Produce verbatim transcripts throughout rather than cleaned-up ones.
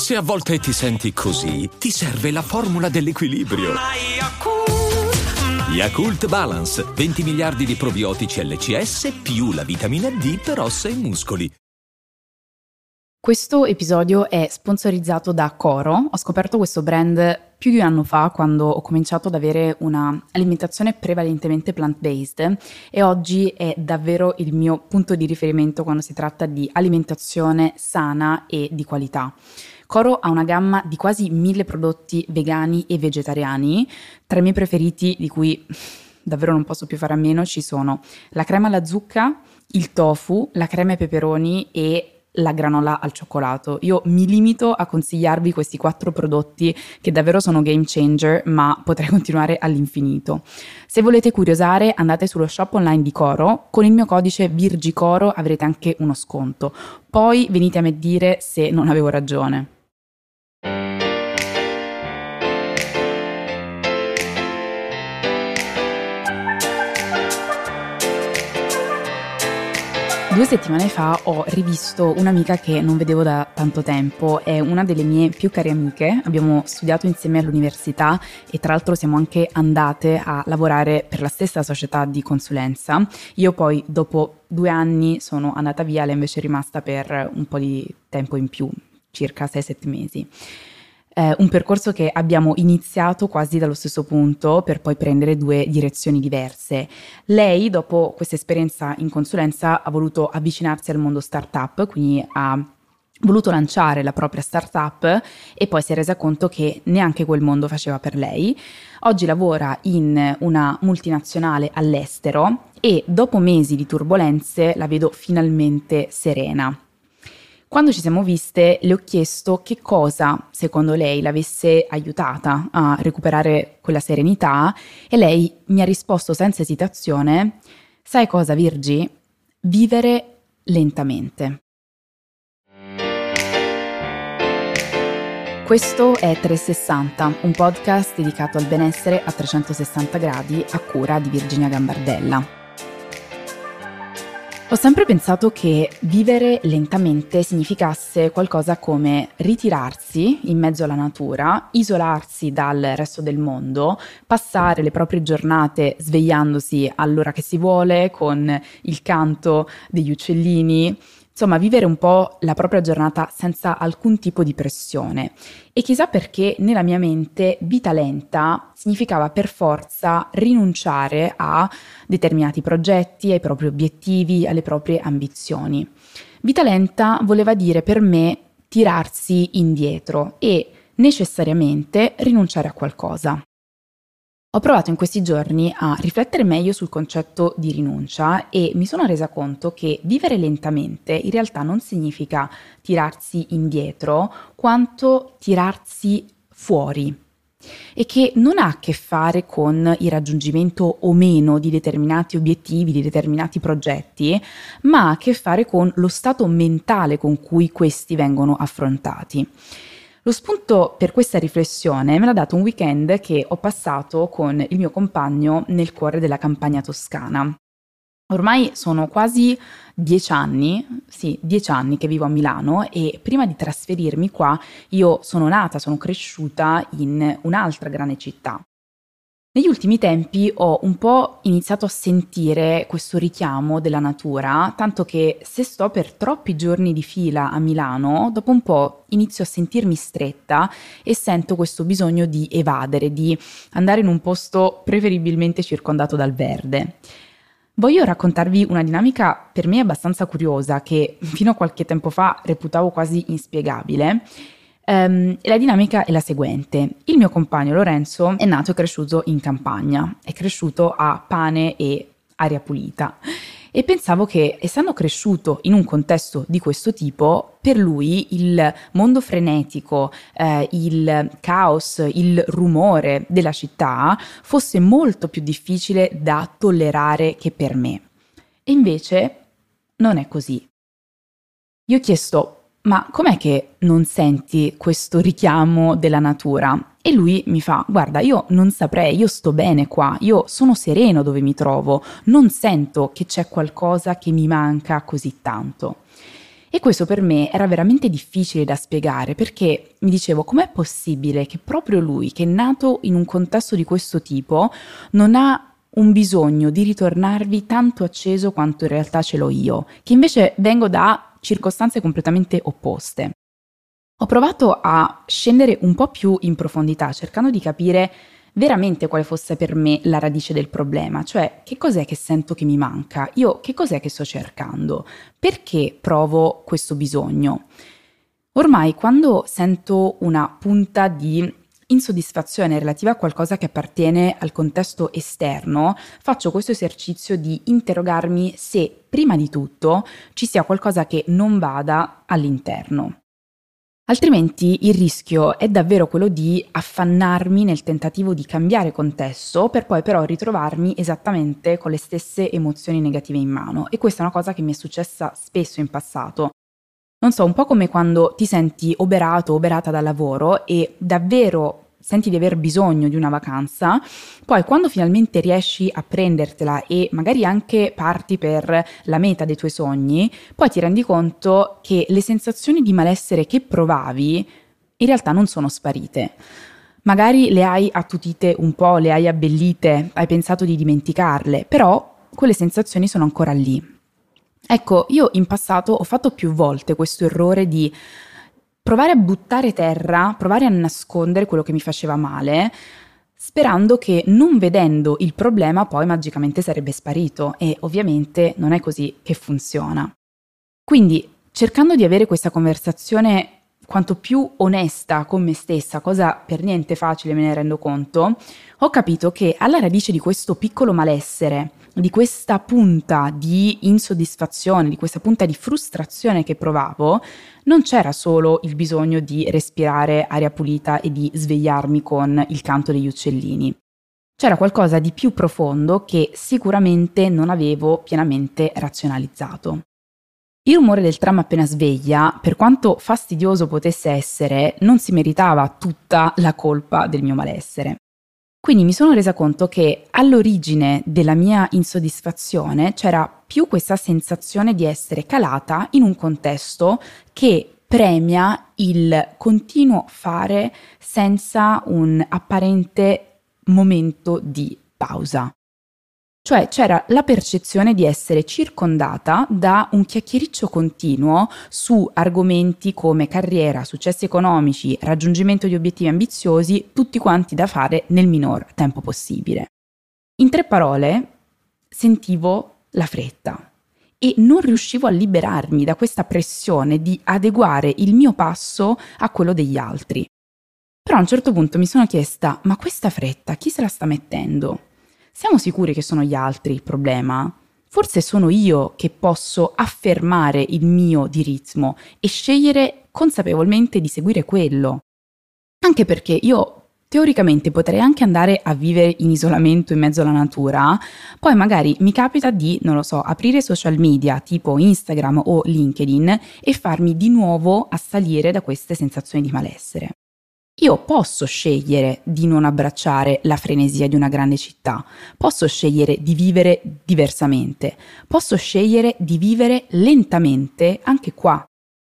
Se a volte ti senti così, ti serve la formula dell'equilibrio. Yakult Balance, venti miliardi di probiotici L C S più la vitamina D per ossa e muscoli. Questo episodio è sponsorizzato da Coro. Ho scoperto questo brand più di un anno fa, quando ho cominciato ad avere una alimentazione prevalentemente plant-based, e oggi è davvero il mio punto di riferimento quando si tratta di alimentazione sana e di qualità. Coro ha una gamma di quasi mille prodotti vegani e vegetariani. Tra i miei preferiti, di cui davvero non posso più fare a meno, ci sono la crema alla zucca, il tofu, la crema ai peperoni e la granola al cioccolato. Io mi limito a consigliarvi questi quattro prodotti che davvero sono game changer, ma potrei continuare all'infinito. Se volete curiosare, andate sullo shop online di Coro. Con il mio codice VIRGICORO avrete anche uno sconto. Poi venite a me dire se non avevo ragione. Due settimane fa ho rivisto un'amica che non vedevo da tanto tempo, è una delle mie più care amiche, abbiamo studiato insieme all'università e tra l'altro siamo anche andate a lavorare per la stessa società di consulenza. Io poi dopo due anni sono andata via, lei invece è rimasta per un po' di tempo in più, circa sei sette mesi. Eh, un percorso che abbiamo iniziato quasi dallo stesso punto per poi prendere due direzioni diverse. Lei, dopo questa esperienza in consulenza, ha voluto avvicinarsi al mondo startup, quindi ha voluto lanciare la propria startup e poi si è resa conto che neanche quel mondo faceva per lei. Oggi lavora in una multinazionale all'estero e dopo mesi di turbolenze la vedo finalmente serena. Quando ci siamo viste le ho chiesto che cosa, secondo lei, l'avesse aiutata a recuperare quella serenità e lei mi ha risposto senza esitazione: sai cosa, Virgi? Vivere lentamente. Questo è trecentosessanta, un podcast dedicato al benessere a trecentosessanta gradi a cura di Virginia Gambardella. Ho sempre pensato che vivere lentamente significasse qualcosa come ritirarsi in mezzo alla natura, isolarsi dal resto del mondo, passare le proprie giornate svegliandosi all'ora che si vuole, con il canto degli uccellini, insomma vivere un po' la propria giornata senza alcun tipo di pressione. E chissà perché nella mia mente vita lenta significava per forza rinunciare a determinati progetti, ai propri obiettivi, alle proprie ambizioni. Vita lenta voleva dire per me tirarsi indietro e necessariamente rinunciare a qualcosa. Ho provato in questi giorni a riflettere meglio sul concetto di rinuncia e mi sono resa conto che vivere lentamente in realtà non significa tirarsi indietro quanto tirarsi fuori, e che non ha a che fare con il raggiungimento o meno di determinati obiettivi, di determinati progetti, ma ha a che fare con lo stato mentale con cui questi vengono affrontati. Lo spunto per questa riflessione me l'ha dato un weekend che ho passato con il mio compagno nel cuore della campagna toscana. Ormai sono quasi dieci anni, sì, dieci anni che vivo a Milano e prima di trasferirmi qua io sono nata, sono cresciuta in un'altra grande città. Negli ultimi tempi ho un po' iniziato a sentire questo richiamo della natura, tanto che se sto per troppi giorni di fila a Milano, dopo un po' inizio a sentirmi stretta e sento questo bisogno di evadere, di andare in un posto preferibilmente circondato dal verde. Voglio raccontarvi una dinamica per me abbastanza curiosa che fino a qualche tempo fa reputavo quasi inspiegabile. Um, e la dinamica è la seguente: il mio compagno Lorenzo è nato e cresciuto in campagna, è cresciuto a pane e aria pulita e pensavo che, essendo cresciuto in un contesto di questo tipo, per lui il mondo frenetico, eh, il caos, il rumore della città fosse molto più difficile da tollerare che per me. E invece non è così. Io ho chiesto: ma com'è che non senti questo richiamo della natura? E lui mi fa: guarda, io non saprei, io sto bene qua, io sono sereno dove mi trovo, non sento che c'è qualcosa che mi manca così tanto. E questo per me era veramente difficile da spiegare, perché mi dicevo: com'è possibile che proprio lui, che è nato in un contesto di questo tipo, non ha un bisogno di ritornarvi tanto acceso quanto in realtà ce l'ho io, che invece vengo da circostanze completamente opposte. Ho provato a scendere un po' più in profondità, cercando di capire veramente quale fosse per me la radice del problema, cioè che cos'è che sento che mi manca, io che cos'è che sto cercando, perché provo questo bisogno. Ormai quando sento una punta di insoddisfazione relativa a qualcosa che appartiene al contesto esterno, faccio questo esercizio di interrogarmi se prima di tutto ci sia qualcosa che non vada all'interno. Altrimenti il rischio è davvero quello di affannarmi nel tentativo di cambiare contesto per poi però ritrovarmi esattamente con le stesse emozioni negative in mano, e questa è una cosa che mi è successa spesso in passato. Non so, un po' come quando ti senti oberato o oberata dal lavoro e davvero senti di aver bisogno di una vacanza, poi quando finalmente riesci a prendertela e magari anche parti per la meta dei tuoi sogni, poi ti rendi conto che le sensazioni di malessere che provavi in realtà non sono sparite. Magari le hai attutite un po', le hai abbellite, hai pensato di dimenticarle, però quelle sensazioni sono ancora lì. Ecco, io in passato ho fatto più volte questo errore di provare a buttare terra, provare a nascondere quello che mi faceva male, sperando che non vedendo il problema poi magicamente sarebbe sparito, e ovviamente non è così che funziona. Quindi, cercando di avere questa conversazione quanto più onesta con me stessa, cosa per niente facile, me ne rendo conto, ho capito che alla radice di questo piccolo malessere, di questa punta di insoddisfazione, di questa punta di frustrazione che provavo, non c'era solo il bisogno di respirare aria pulita e di svegliarmi con il canto degli uccellini. C'era qualcosa di più profondo che sicuramente non avevo pienamente razionalizzato. Il rumore del tram appena sveglia, per quanto fastidioso potesse essere, non si meritava tutta la colpa del mio malessere. Quindi mi sono resa conto che all'origine della mia insoddisfazione c'era più questa sensazione di essere calata in un contesto che premia il continuo fare senza un apparente momento di pausa. Cioè c'era la percezione di essere circondata da un chiacchiericcio continuo su argomenti come carriera, successi economici, raggiungimento di obiettivi ambiziosi, tutti quanti da fare nel minor tempo possibile. In tre parole, sentivo la fretta e non riuscivo a liberarmi da questa pressione di adeguare il mio passo a quello degli altri. Però a un certo punto mi sono chiesta: ma questa fretta chi se la sta mettendo? Siamo sicuri che sono gli altri il problema? Forse sono io che posso affermare il mio di ritmo e scegliere consapevolmente di seguire quello. Anche perché io teoricamente potrei anche andare a vivere in isolamento in mezzo alla natura, poi magari mi capita di, non lo so, aprire social media tipo Instagram o LinkedIn e farmi di nuovo assalire da queste sensazioni di malessere. Io posso scegliere di non abbracciare la frenesia di una grande città, posso scegliere di vivere diversamente, posso scegliere di vivere lentamente anche qua.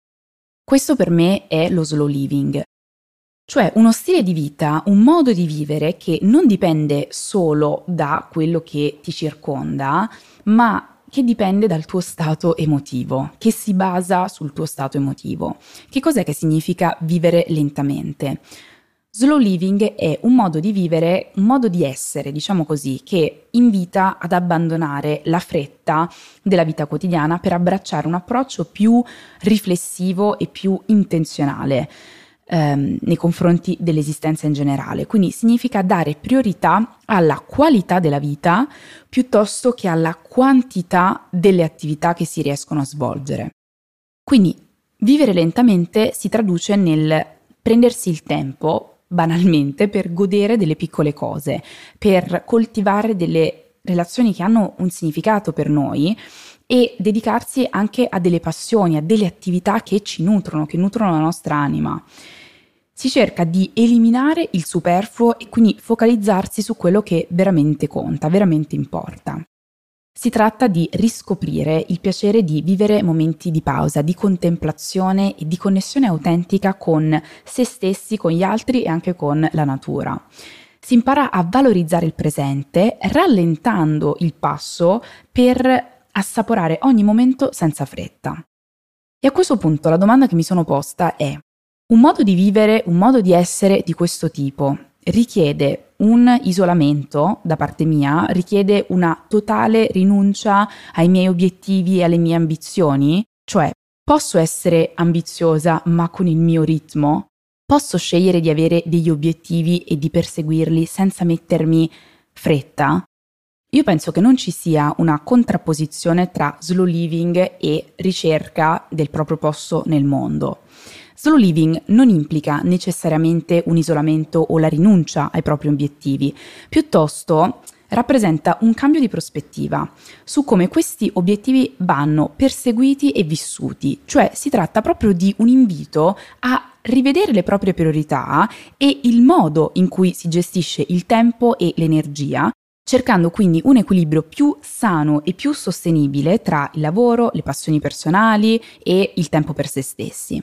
Questo per me è lo slow living, cioè uno stile di vita, un modo di vivere che non dipende solo da quello che ti circonda, ma che dipende dal tuo stato emotivo, che si basa sul tuo stato emotivo. Che cos'è che significa vivere lentamente? Slow living è un modo di vivere, un modo di essere, diciamo così, che invita ad abbandonare la fretta della vita quotidiana per abbracciare un approccio più riflessivo e più intenzionale ehm, nei confronti dell'esistenza in generale. Quindi significa dare priorità alla qualità della vita piuttosto che alla quantità delle attività che si riescono a svolgere. Quindi vivere lentamente si traduce nel prendersi il tempo, banalmente, per godere delle piccole cose, per coltivare delle relazioni che hanno un significato per noi e dedicarsi anche a delle passioni, a delle attività che ci nutrono, che nutrono la nostra anima. Si cerca di eliminare il superfluo e quindi focalizzarsi su quello che veramente conta, veramente importa. Si tratta di riscoprire il piacere di vivere momenti di pausa, di contemplazione e di connessione autentica con se stessi, con gli altri e anche con la natura. Si impara a valorizzare il presente, rallentando il passo per assaporare ogni momento senza fretta. E a questo punto la domanda che mi sono posta è: un modo di vivere, un modo di essere di questo tipo richiede un isolamento da parte mia, richiede una totale rinuncia ai miei obiettivi e alle mie ambizioni? Cioè, posso essere ambiziosa ma con il mio ritmo? Posso scegliere di avere degli obiettivi e di perseguirli senza mettermi fretta? Io penso che non ci sia una contrapposizione tra slow living e ricerca del proprio posto nel mondo. Slow living non implica necessariamente un isolamento o la rinuncia ai propri obiettivi, piuttosto rappresenta un cambio di prospettiva su come questi obiettivi vanno perseguiti e vissuti, cioè si tratta proprio di un invito a rivedere le proprie priorità e il modo in cui si gestisce il tempo e l'energia, cercando quindi un equilibrio più sano e più sostenibile tra il lavoro, le passioni personali e il tempo per se stessi.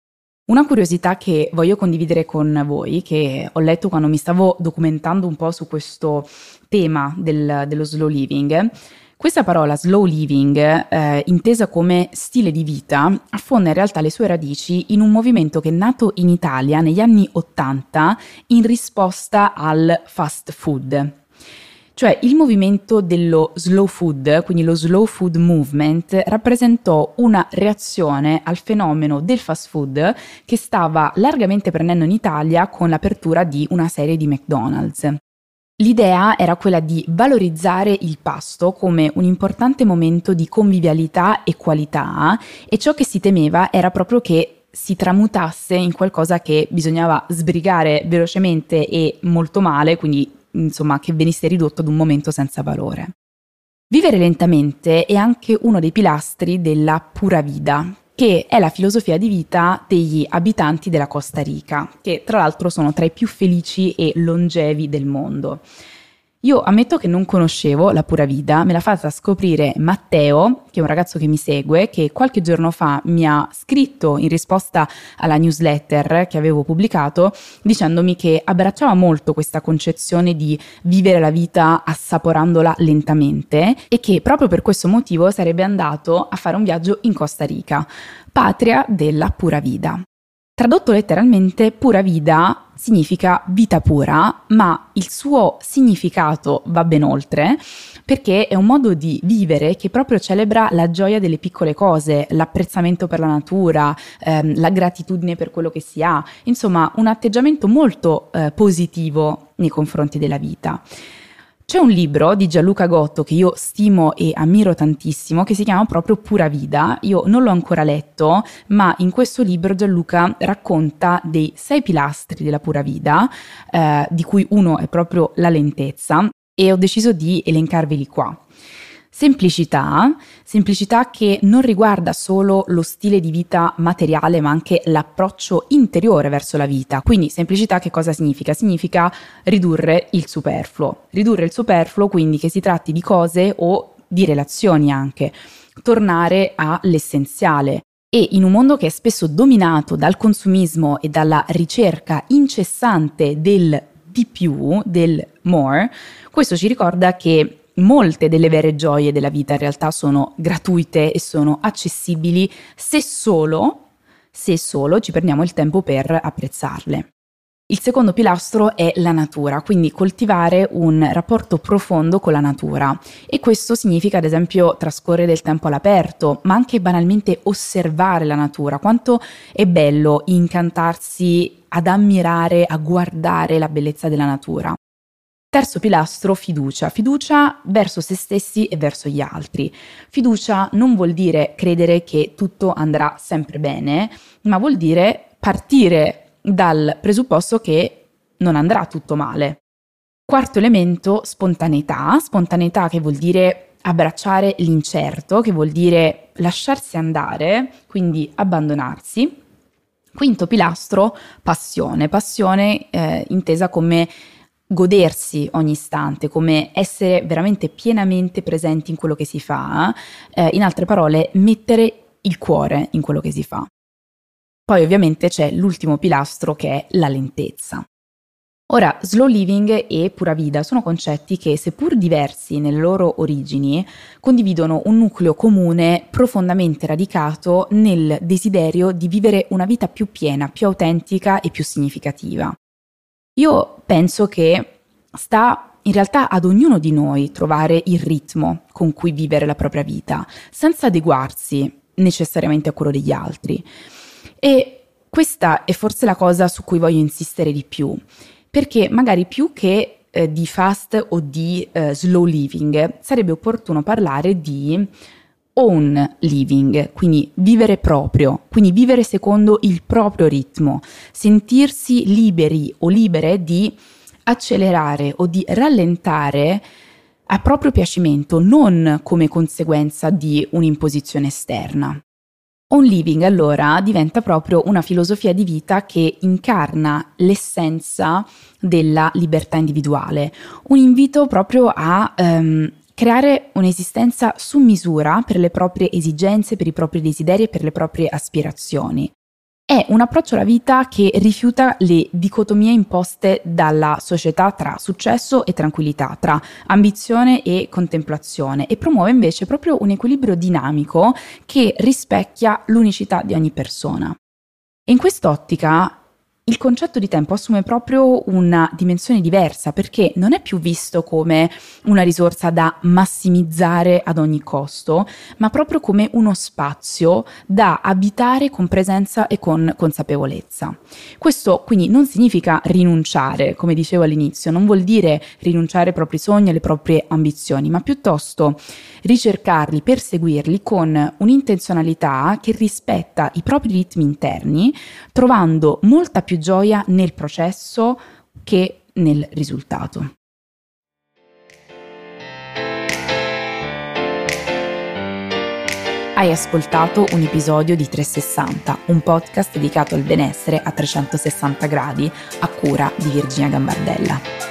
Una curiosità che voglio condividere con voi, che ho letto quando mi stavo documentando un po' su questo tema del, dello slow living, questa parola slow living, eh, intesa come stile di vita, affonda in realtà le sue radici in un movimento che è nato in Italia negli anni ottanta in risposta al fast food. Cioè il movimento dello slow food, quindi lo slow food movement, rappresentò una reazione al fenomeno del fast food che stava largamente prendendo in Italia con l'apertura di una serie di McDonald's. L'idea era quella di valorizzare il pasto come un importante momento di convivialità e qualità, e ciò che si temeva era proprio che si tramutasse in qualcosa che bisognava sbrigare velocemente e molto male, quindi insomma che venisse ridotto ad un momento senza valore. Vivere lentamente è anche uno dei pilastri della pura vida, che è la filosofia di vita degli abitanti della Costa Rica, che tra l'altro sono tra i più felici e longevi del mondo. Io ammetto che non conoscevo la pura vida, me l'ha fatta scoprire Matteo, che è un ragazzo che mi segue, che qualche giorno fa mi ha scritto in risposta alla newsletter che avevo pubblicato, dicendomi che abbracciava molto questa concezione di vivere la vita assaporandola lentamente e che proprio per questo motivo sarebbe andato a fare un viaggio in Costa Rica, patria della pura vida. Tradotto letteralmente, pura vida significa vita pura, ma il suo significato va ben oltre, perché è un modo di vivere che proprio celebra la gioia delle piccole cose, l'apprezzamento per la natura, ehm, la gratitudine per quello che si ha, insomma un atteggiamento molto eh, positivo nei confronti della vita. C'è un libro di Gianluca Gotto che io stimo e ammiro tantissimo che si chiama proprio Pura Vida. Io non l'ho ancora letto, ma in questo libro Gianluca racconta dei sei pilastri della pura vida, eh, di cui uno è proprio la lentezza, e ho deciso di elencarveli qua. Semplicità, semplicità che non riguarda solo lo stile di vita materiale, ma anche l'approccio interiore verso la vita. Quindi semplicità che cosa significa? Significa ridurre il superfluo. Ridurre il superfluo, quindi che si tratti di cose o di relazioni anche. Tornare all'essenziale. E in un mondo che è spesso dominato dal consumismo e dalla ricerca incessante del di più, del more, questo ci ricorda che molte delle vere gioie della vita in realtà sono gratuite e sono accessibili se solo, se solo ci prendiamo il tempo per apprezzarle. Il secondo pilastro è la natura, quindi coltivare un rapporto profondo con la natura, e questo significa ad esempio trascorrere del tempo all'aperto, ma anche banalmente osservare la natura. Quanto è bello incantarsi ad ammirare, a guardare la bellezza della natura. Terzo pilastro, fiducia. Fiducia verso se stessi e verso gli altri. Fiducia non vuol dire credere che tutto andrà sempre bene, ma vuol dire partire dal presupposto che non andrà tutto male. Quarto elemento, spontaneità. Spontaneità che vuol dire abbracciare l'incerto, che vuol dire lasciarsi andare, quindi abbandonarsi. Quinto pilastro, passione. Passione eh, intesa come godersi ogni istante, come essere veramente pienamente presenti in quello che si fa, eh, in altre parole, mettere il cuore in quello che si fa. Poi ovviamente c'è l'ultimo pilastro che è la lentezza. Ora, slow living e pura vida sono concetti che, seppur diversi nelle loro origini, condividono un nucleo comune profondamente radicato nel desiderio di vivere una vita più piena, più autentica e più significativa. Io penso che sta in realtà ad ognuno di noi trovare il ritmo con cui vivere la propria vita, senza adeguarsi necessariamente a quello degli altri. E questa è forse la cosa su cui voglio insistere di più, perché magari più che eh, di fast o di eh, slow living sarebbe opportuno parlare di own living, quindi vivere proprio, quindi vivere secondo il proprio ritmo, sentirsi liberi o libere di accelerare o di rallentare a proprio piacimento, non come conseguenza di un'imposizione esterna. Own living allora diventa proprio una filosofia di vita che incarna l'essenza della libertà individuale, un invito proprio a um, creare un'esistenza su misura per le proprie esigenze, per i propri desideri e per le proprie aspirazioni. È un approccio alla vita che rifiuta le dicotomie imposte dalla società tra successo e tranquillità, tra ambizione e contemplazione, e promuove invece proprio un equilibrio dinamico che rispecchia l'unicità di ogni persona. E in quest'ottica il concetto di tempo assume proprio una dimensione diversa, perché non è più visto come una risorsa da massimizzare ad ogni costo, ma proprio come uno spazio da abitare con presenza e con consapevolezza. Questo quindi non significa rinunciare, come dicevo all'inizio, non vuol dire rinunciare ai propri sogni, alle proprie ambizioni, ma piuttosto ricercarli, perseguirli con un'intenzionalità che rispetta i propri ritmi interni, trovando molta più gioia nel processo che nel risultato. Hai ascoltato un episodio di trecentosessanta, un podcast dedicato al benessere a trecentosessanta gradi, a cura di Virginia Gambardella.